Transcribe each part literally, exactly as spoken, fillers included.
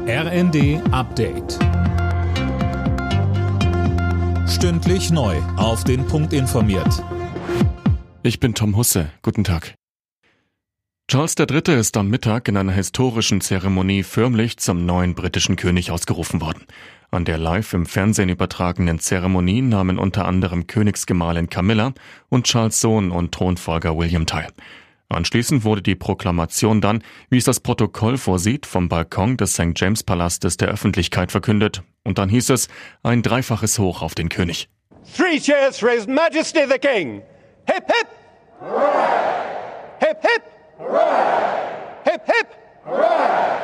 R N D Update. Stündlich neu auf den Punkt informiert. Ich bin Tom Husse. Guten Tag. Charles der Dritte ist am Mittag in einer historischen Zeremonie förmlich zum neuen britischen König ausgerufen worden. An der live im Fernsehen übertragenen Zeremonie nahmen unter anderem Königsgemahlin Camilla und Charles' Sohn und Thronfolger William teil. Anschließend wurde die Proklamation dann, wie es das Protokoll vorsieht, vom Balkon des Sankt James Palastes der Öffentlichkeit verkündet. Und dann hieß es, ein dreifaches Hoch auf den König. Three cheers for His Majesty the King. Hip hip! Hooray! Hip hip! Hooray! Hip hip! Hooray!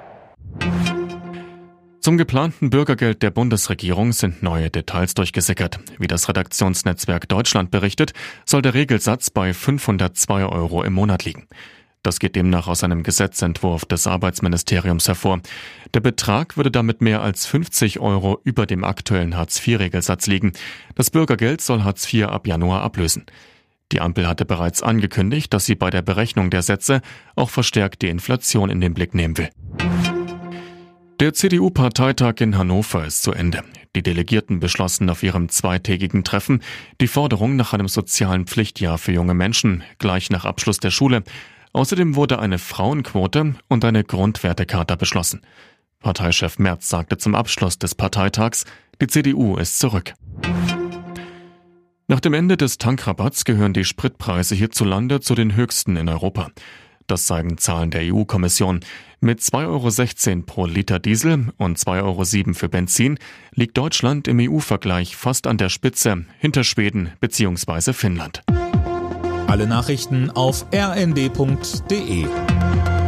Zum geplanten Bürgergeld der Bundesregierung sind neue Details durchgesickert. Wie das Redaktionsnetzwerk Deutschland berichtet, soll der Regelsatz bei fünfhundertzwei Euro im Monat liegen. Das geht demnach aus einem Gesetzentwurf des Arbeitsministeriums hervor. Der Betrag würde damit mehr als fünfzig Euro über dem aktuellen Hartz vier Regelsatz liegen. Das Bürgergeld soll Hartz vier ab Januar ablösen. Die Ampel hatte bereits angekündigt, dass sie bei der Berechnung der Sätze auch verstärkt die Inflation in den Blick nehmen will. Der C D U-Parteitag in Hannover ist zu Ende. Die Delegierten beschlossen auf ihrem zweitägigen Treffen die Forderung nach einem sozialen Pflichtjahr für junge Menschen, gleich nach Abschluss der Schule. Außerdem wurde eine Frauenquote und eine Grundwertecharta beschlossen. Parteichef Merz sagte zum Abschluss des Parteitags, die C D U ist zurück. Nach dem Ende des Tankrabatts gehören die Spritpreise hierzulande zu den höchsten in Europa. Das zeigen Zahlen der E U-Kommission. Mit zwei Euro sechzehn pro Liter Diesel und zwei Euro sieben für Benzin liegt Deutschland im E U-Vergleich fast an der Spitze, hinter Schweden bzw. Finnland. Alle Nachrichten auf r n d punkt d e.